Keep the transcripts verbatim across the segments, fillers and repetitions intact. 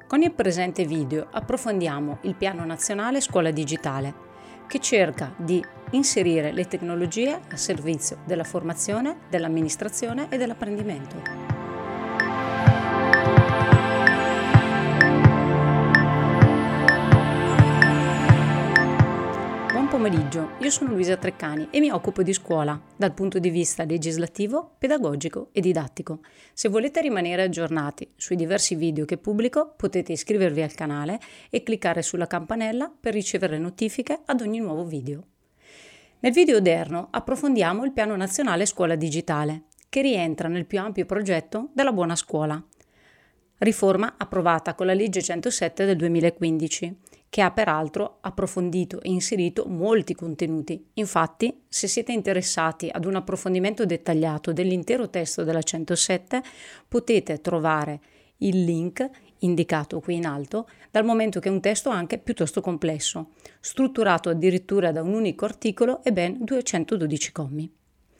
Con il presente video approfondiamo il Piano Nazionale Scuola Digitale, che cerca di inserire le tecnologie a servizio della formazione, dell'amministrazione e dell'apprendimento. Buon pomeriggio, io sono Luisa Treccani e mi occupo di scuola dal punto di vista legislativo, pedagogico e didattico. Se volete rimanere aggiornati sui diversi video che pubblico, potete iscrivervi al canale e cliccare sulla campanella per ricevere notifiche ad ogni nuovo video. Nel video odierno approfondiamo il Piano Nazionale Scuola Digitale, che rientra nel più ampio progetto della buona scuola. Riforma approvata con la legge centosette del duemilaquindici, che ha peraltro approfondito e inserito molti contenuti. Infatti, se siete interessati ad un approfondimento dettagliato dell'intero testo della centosette, potete trovare il link indicato qui in alto, dal momento che è un testo anche piuttosto complesso, strutturato addirittura da un unico articolo e ben duecentododici commi.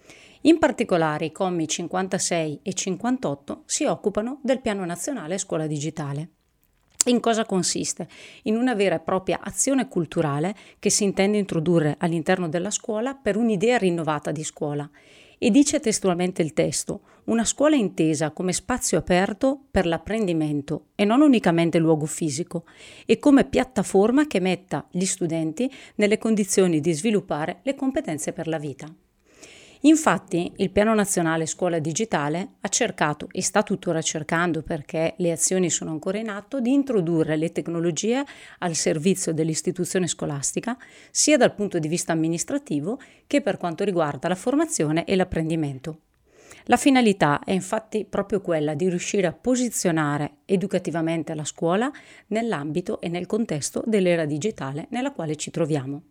In particolare i commi cinquantasei e cinquantotto si occupano del Piano Nazionale Scuola Digitale. In cosa consiste? In una vera e propria azione culturale che si intende introdurre all'interno della scuola per un'idea rinnovata di scuola. E dice testualmente il testo: una scuola intesa come spazio aperto per l'apprendimento e non unicamente luogo fisico, e come piattaforma che metta gli studenti nelle condizioni di sviluppare le competenze per la vita. Infatti, il Piano Nazionale Scuola Digitale ha cercato, e sta tuttora cercando perché le azioni sono ancora in atto, di introdurre le tecnologie al servizio dell'istituzione scolastica, sia dal punto di vista amministrativo che per quanto riguarda la formazione e l'apprendimento. La finalità è infatti proprio quella di riuscire a posizionare educativamente la scuola nell'ambito e nel contesto dell'era digitale nella quale ci troviamo.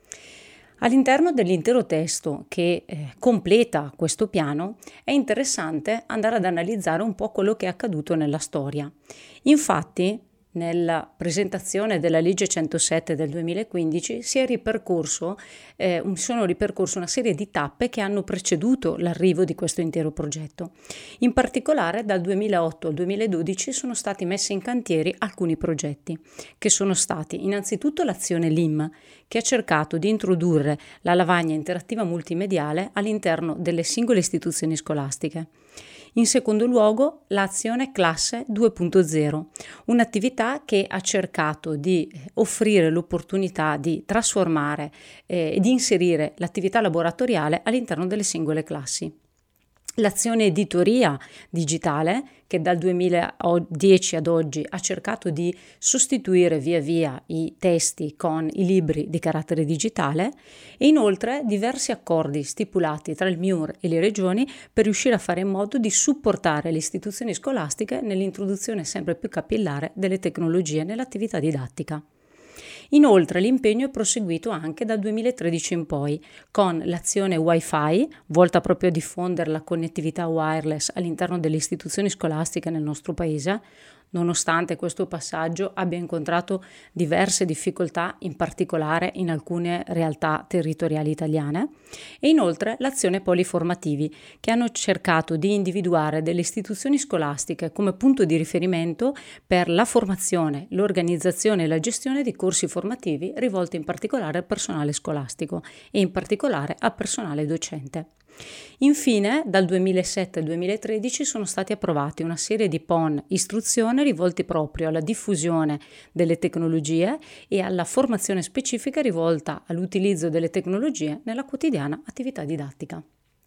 All'interno dell'intero testo che eh, completa questo piano è interessante andare ad analizzare un po' quello che è accaduto nella storia. Infatti, nella presentazione della legge centosette del duemilaquindici si è ripercorso, eh, sono ripercorso una serie di tappe che hanno preceduto l'arrivo di questo intero progetto. In particolare dal duemilaotto al duemiladodici sono stati messi in cantiere alcuni progetti, che sono stati innanzitutto l'azione L I M, che ha cercato di introdurre la lavagna interattiva multimediale all'interno delle singole istituzioni scolastiche. In secondo luogo, l'azione Classe due punto zero, un'attività che ha cercato di offrire l'opportunità di trasformare e eh, di inserire l'attività laboratoriale all'interno delle singole classi. L'azione editoria digitale, che dal duemiladieci ad oggi ha cercato di sostituire via via i testi con i libri di carattere digitale, e inoltre diversi accordi stipulati tra il M I U R e le regioni per riuscire a fare in modo di supportare le istituzioni scolastiche nell'introduzione sempre più capillare delle tecnologie nell'attività didattica. Inoltre l'impegno è proseguito anche dal duemilatredici in poi, con l'azione Wi-Fi, volta proprio a diffondere la connettività wireless all'interno delle istituzioni scolastiche nel nostro paese, nonostante questo passaggio abbia incontrato diverse difficoltà, in particolare in alcune realtà territoriali italiane, e inoltre l'azione poliformativi, che hanno cercato di individuare delle istituzioni scolastiche come punto di riferimento per la formazione, l'organizzazione e la gestione di corsi formativi rivolti in particolare al personale scolastico e in particolare al personale docente. Infine, dal duemilasette al duemilatredici sono stati approvati una serie di P O N istruzione rivolti proprio alla diffusione delle tecnologie e alla formazione specifica rivolta all'utilizzo delle tecnologie nella quotidiana attività didattica.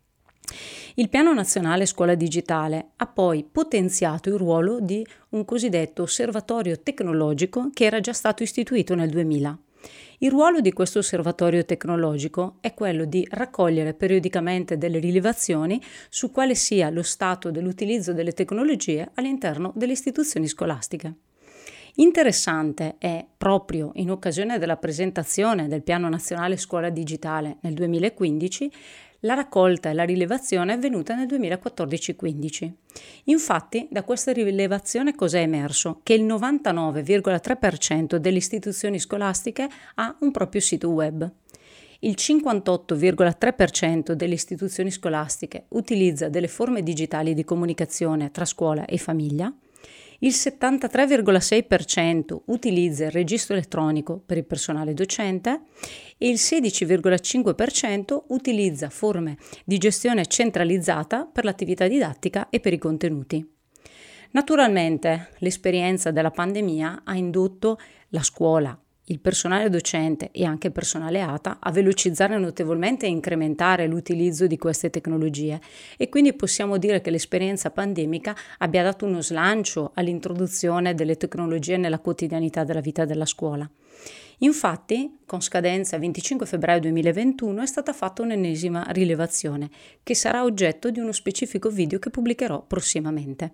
Il Piano Nazionale Scuola Digitale ha poi potenziato il ruolo di un cosiddetto osservatorio tecnologico che era già stato istituito nel duemila. Il ruolo di questo osservatorio tecnologico è quello di raccogliere periodicamente delle rilevazioni su quale sia lo stato dell'utilizzo delle tecnologie all'interno delle istituzioni scolastiche. Interessante è, proprio in occasione della presentazione del Piano Nazionale Scuola Digitale nel duemilaquindici, la raccolta e la rilevazione è avvenuta nel duemilaquattordici quindici. Infatti, da questa rilevazione cosa è emerso? Che il novantanove virgola tre per cento delle istituzioni scolastiche ha un proprio sito web. Il cinquantotto virgola tre per cento delle istituzioni scolastiche utilizza delle forme digitali di comunicazione tra scuola e famiglia. Il settantatré virgola sei per cento utilizza il registro elettronico per il personale docente e il sedici virgola cinque per cento utilizza forme di gestione centralizzata per l'attività didattica e per i contenuti. Naturalmente, l'esperienza della pandemia ha indotto la scuola, il personale docente e anche il personale A T A a velocizzare notevolmente e incrementare l'utilizzo di queste tecnologie, e quindi possiamo dire che l'esperienza pandemica abbia dato uno slancio all'introduzione delle tecnologie nella quotidianità della vita della scuola. Infatti, con scadenza venticinque febbraio duemilaventuno è stata fatta un'ennesima rilevazione che sarà oggetto di uno specifico video che pubblicherò prossimamente.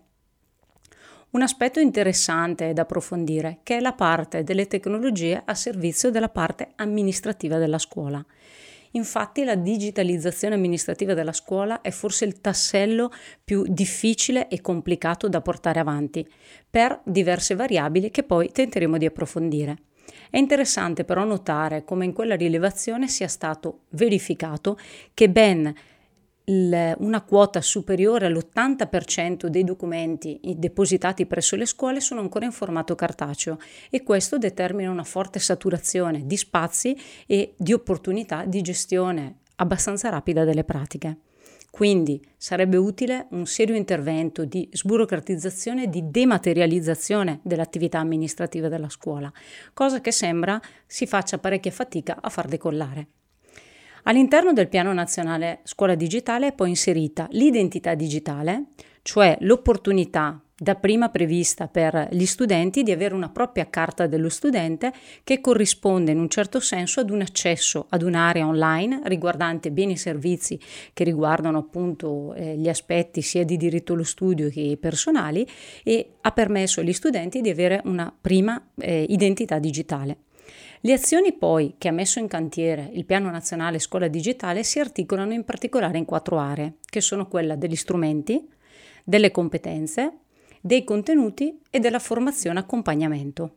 Un aspetto interessante da approfondire, che è la parte delle tecnologie a servizio della parte amministrativa della scuola. Infatti la digitalizzazione amministrativa della scuola è forse il tassello più difficile e complicato da portare avanti, per diverse variabili che poi tenteremo di approfondire. È interessante però notare come in quella rilevazione sia stato verificato che ben una quota superiore all'ottanta per cento dei documenti depositati presso le scuole sono ancora in formato cartaceo, e questo determina una forte saturazione di spazi e di opportunità di gestione abbastanza rapida delle pratiche. Quindi sarebbe utile un serio intervento di sburocratizzazione e di dematerializzazione dell'attività amministrativa della scuola, cosa che sembra si faccia parecchia fatica a far decollare. All'interno del Piano Nazionale Scuola Digitale è poi inserita l'identità digitale, cioè l'opportunità dapprima prevista per gli studenti di avere una propria carta dello studente che corrisponde in un certo senso ad un accesso ad un'area online riguardante beni e servizi che riguardano appunto eh, gli aspetti sia di diritto allo studio che personali, e ha permesso agli studenti di avere una prima eh, identità digitale. Le azioni poi che ha messo in cantiere il Piano Nazionale Scuola Digitale si articolano in particolare in quattro aree, che sono quella degli strumenti, delle competenze, dei contenuti e della formazione accompagnamento.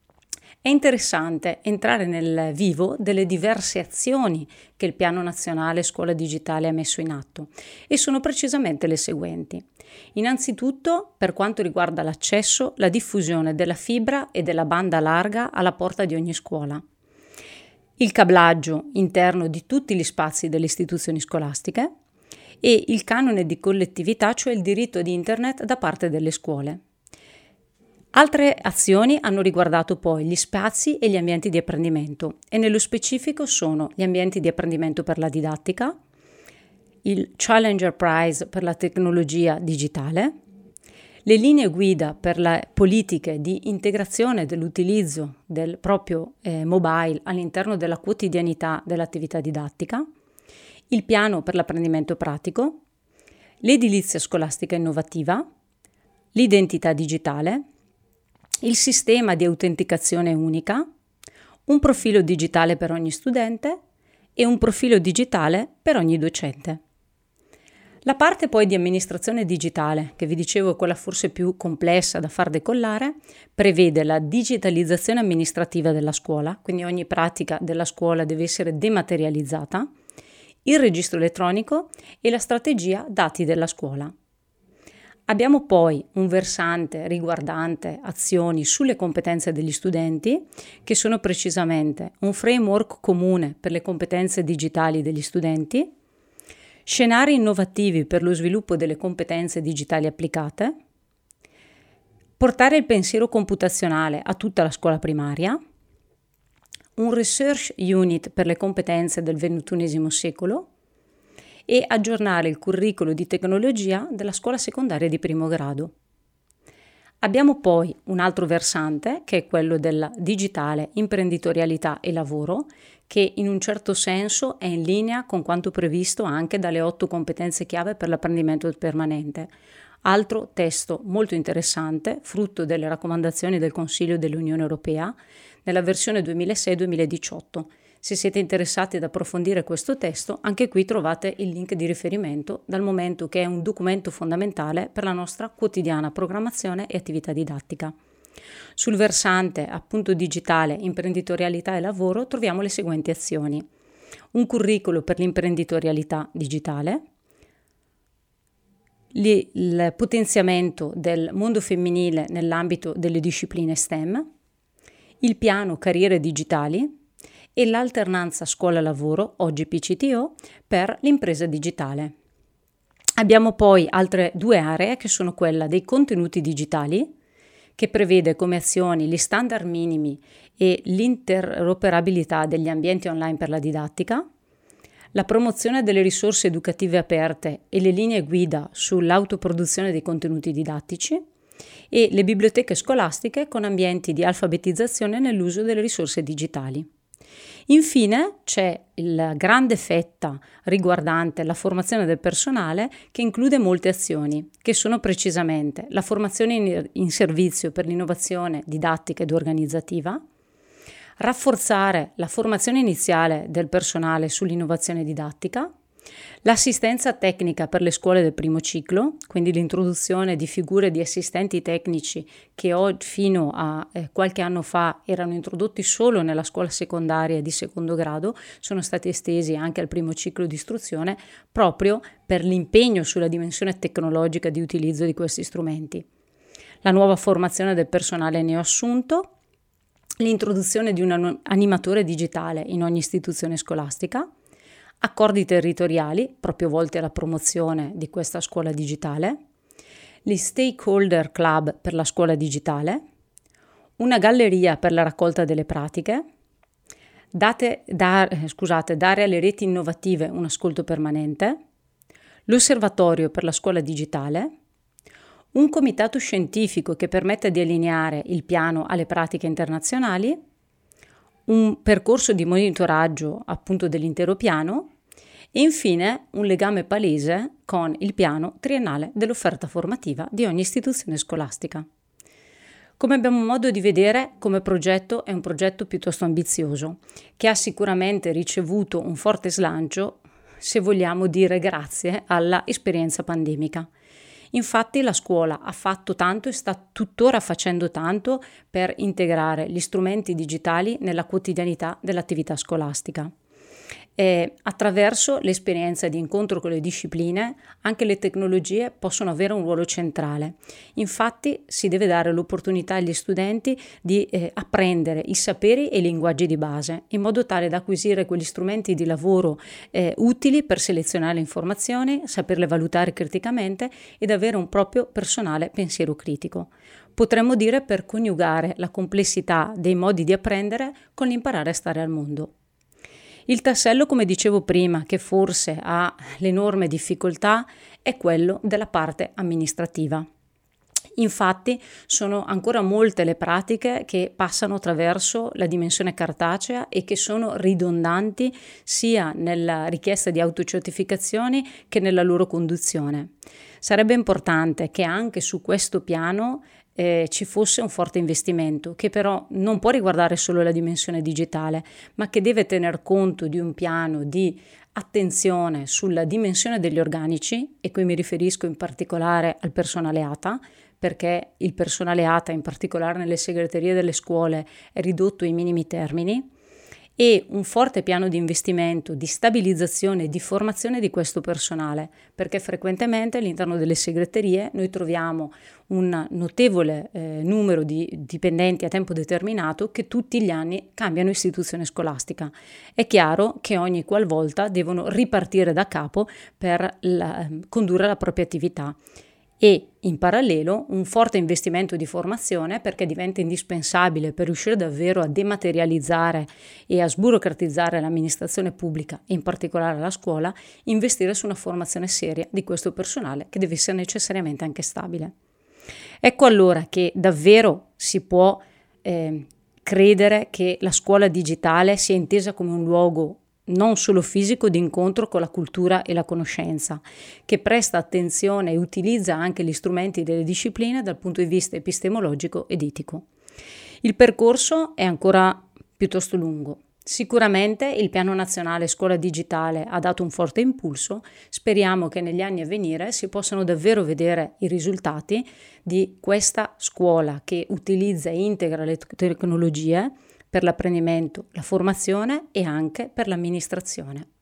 È interessante entrare nel vivo delle diverse azioni che il Piano Nazionale Scuola Digitale ha messo in atto, e sono precisamente le seguenti. Innanzitutto, per quanto riguarda l'accesso, la diffusione della fibra e della banda larga alla porta di ogni scuola, il cablaggio interno di tutti gli spazi delle istituzioni scolastiche e il canone di collettività, cioè il diritto di internet da parte delle scuole. Altre azioni hanno riguardato poi gli spazi e gli ambienti di apprendimento, e nello specifico sono gli ambienti di apprendimento per la didattica, il Challenger Prize per la tecnologia digitale, le linee guida per le politiche di integrazione dell'utilizzo del proprio eh, mobile all'interno della quotidianità dell'attività didattica, il piano per l'apprendimento pratico, l'edilizia scolastica innovativa, l'identità digitale, il sistema di autenticazione unica, un profilo digitale per ogni studente e un profilo digitale per ogni docente. La parte poi di amministrazione digitale, che vi dicevo è quella forse più complessa da far decollare, prevede la digitalizzazione amministrativa della scuola, quindi ogni pratica della scuola deve essere dematerializzata, il registro elettronico e la strategia dati della scuola. Abbiamo poi un versante riguardante azioni sulle competenze degli studenti, che sono precisamente un framework comune per le competenze digitali degli studenti, scenari innovativi per lo sviluppo delle competenze digitali applicate, portare il pensiero computazionale a tutta la scuola primaria, un research unit per le competenze del ventunesimo secolo, e aggiornare il curriculum di tecnologia della scuola secondaria di primo grado. Abbiamo poi un altro versante, che è quello della digitale imprenditorialità e lavoro, che in un certo senso è in linea con quanto previsto anche dalle otto competenze chiave per l'apprendimento permanente. Altro testo molto interessante, frutto delle raccomandazioni del Consiglio dell'Unione Europea, nella versione duemilasei duemiladiciotto. Se siete interessati ad approfondire questo testo, anche qui trovate il link di riferimento, dal momento che è un documento fondamentale per la nostra quotidiana programmazione e attività didattica. Sul versante appunto digitale, imprenditorialità e lavoro troviamo le seguenti azioni: un curriculum per l'imprenditorialità digitale, il potenziamento del mondo femminile nell'ambito delle discipline STEM, il piano carriere digitali e l'alternanza scuola-lavoro, oggi P C T O, per l'impresa digitale. Abbiamo poi altre due aree che sono quella dei contenuti digitali, che prevede come azioni gli standard minimi e l'interoperabilità degli ambienti online per la didattica, la promozione delle risorse educative aperte e le linee guida sull'autoproduzione dei contenuti didattici e le biblioteche scolastiche con ambienti di alfabetizzazione nell'uso delle risorse digitali. Infine c'è la grande fetta riguardante la formazione del personale che include molte azioni, che sono precisamente la formazione in, in servizio per l'innovazione didattica ed organizzativa, rafforzare la formazione iniziale del personale sull'innovazione didattica, l'assistenza tecnica per le scuole del primo ciclo, quindi l'introduzione di figure di assistenti tecnici che oggi, fino a eh, qualche anno fa erano introdotti solo nella scuola secondaria di secondo grado, sono stati estesi anche al primo ciclo di istruzione proprio per l'impegno sulla dimensione tecnologica di utilizzo di questi strumenti. La nuova formazione del personale neoassunto, l'introduzione di un animatore digitale in ogni istituzione scolastica, accordi territoriali proprio volti alla promozione di questa scuola digitale, gli stakeholder club per la scuola digitale, una galleria per la raccolta delle pratiche, date, da, scusate, dare alle reti innovative un ascolto permanente, l'osservatorio per la scuola digitale, un comitato scientifico che permette di allineare il piano alle pratiche internazionali, un percorso di monitoraggio appunto dell'intero piano e infine un legame palese con il piano triennale dell'offerta formativa di ogni istituzione scolastica. Come abbiamo modo di vedere, come progetto è un progetto piuttosto ambizioso, che ha sicuramente ricevuto un forte slancio, se vogliamo dire grazie alla esperienza pandemica. Infatti la scuola ha fatto tanto e sta tuttora facendo tanto per integrare gli strumenti digitali nella quotidianità dell'attività scolastica. E attraverso l'esperienza di incontro con le discipline, anche le tecnologie possono avere un ruolo centrale. Infatti si deve dare l'opportunità agli studenti di eh, apprendere i saperi e i linguaggi di base, in modo tale da acquisire quegli strumenti di lavoro eh, utili per selezionare le informazioni, saperle valutare criticamente ed avere un proprio personale pensiero critico. Potremmo dire per coniugare la complessità dei modi di apprendere con l'imparare a stare al mondo. Il tassello, come dicevo prima, che forse ha l'enorme difficoltà è quello della parte amministrativa. Infatti sono ancora molte le pratiche che passano attraverso la dimensione cartacea e che sono ridondanti sia nella richiesta di autocertificazioni che nella loro conduzione. Sarebbe importante che anche su questo piano Eh, ci fosse un forte investimento che però non può riguardare solo la dimensione digitale, ma che deve tener conto di un piano di attenzione sulla dimensione degli organici, e qui mi riferisco in particolare al personale A T A, perché il personale A T A, in particolare nelle segreterie delle scuole, è ridotto ai minimi termini, e un forte piano di investimento, di stabilizzazione e di formazione di questo personale, perché frequentemente all'interno delle segreterie noi troviamo un notevole eh, numero di dipendenti a tempo determinato che tutti gli anni cambiano istituzione scolastica. È chiaro che ogni qualvolta devono ripartire da capo per la, condurre la propria attività. E in parallelo un forte investimento di formazione, perché diventa indispensabile per riuscire davvero a dematerializzare e a sburocratizzare l'amministrazione pubblica e in particolare la scuola, investire su una formazione seria di questo personale che deve essere necessariamente anche stabile. Ecco allora che davvero si può eh, credere che la scuola digitale sia intesa come un luogo non solo fisico di incontro con la cultura e la conoscenza, che presta attenzione e utilizza anche gli strumenti delle discipline dal punto di vista epistemologico ed etico. Il percorso è ancora piuttosto lungo. Sicuramente il Piano Nazionale Scuola Digitale ha dato un forte impulso, speriamo che negli anni a venire si possano davvero vedere i risultati di questa scuola che utilizza e integra le tecnologie per l'apprendimento, la formazione e anche per l'amministrazione.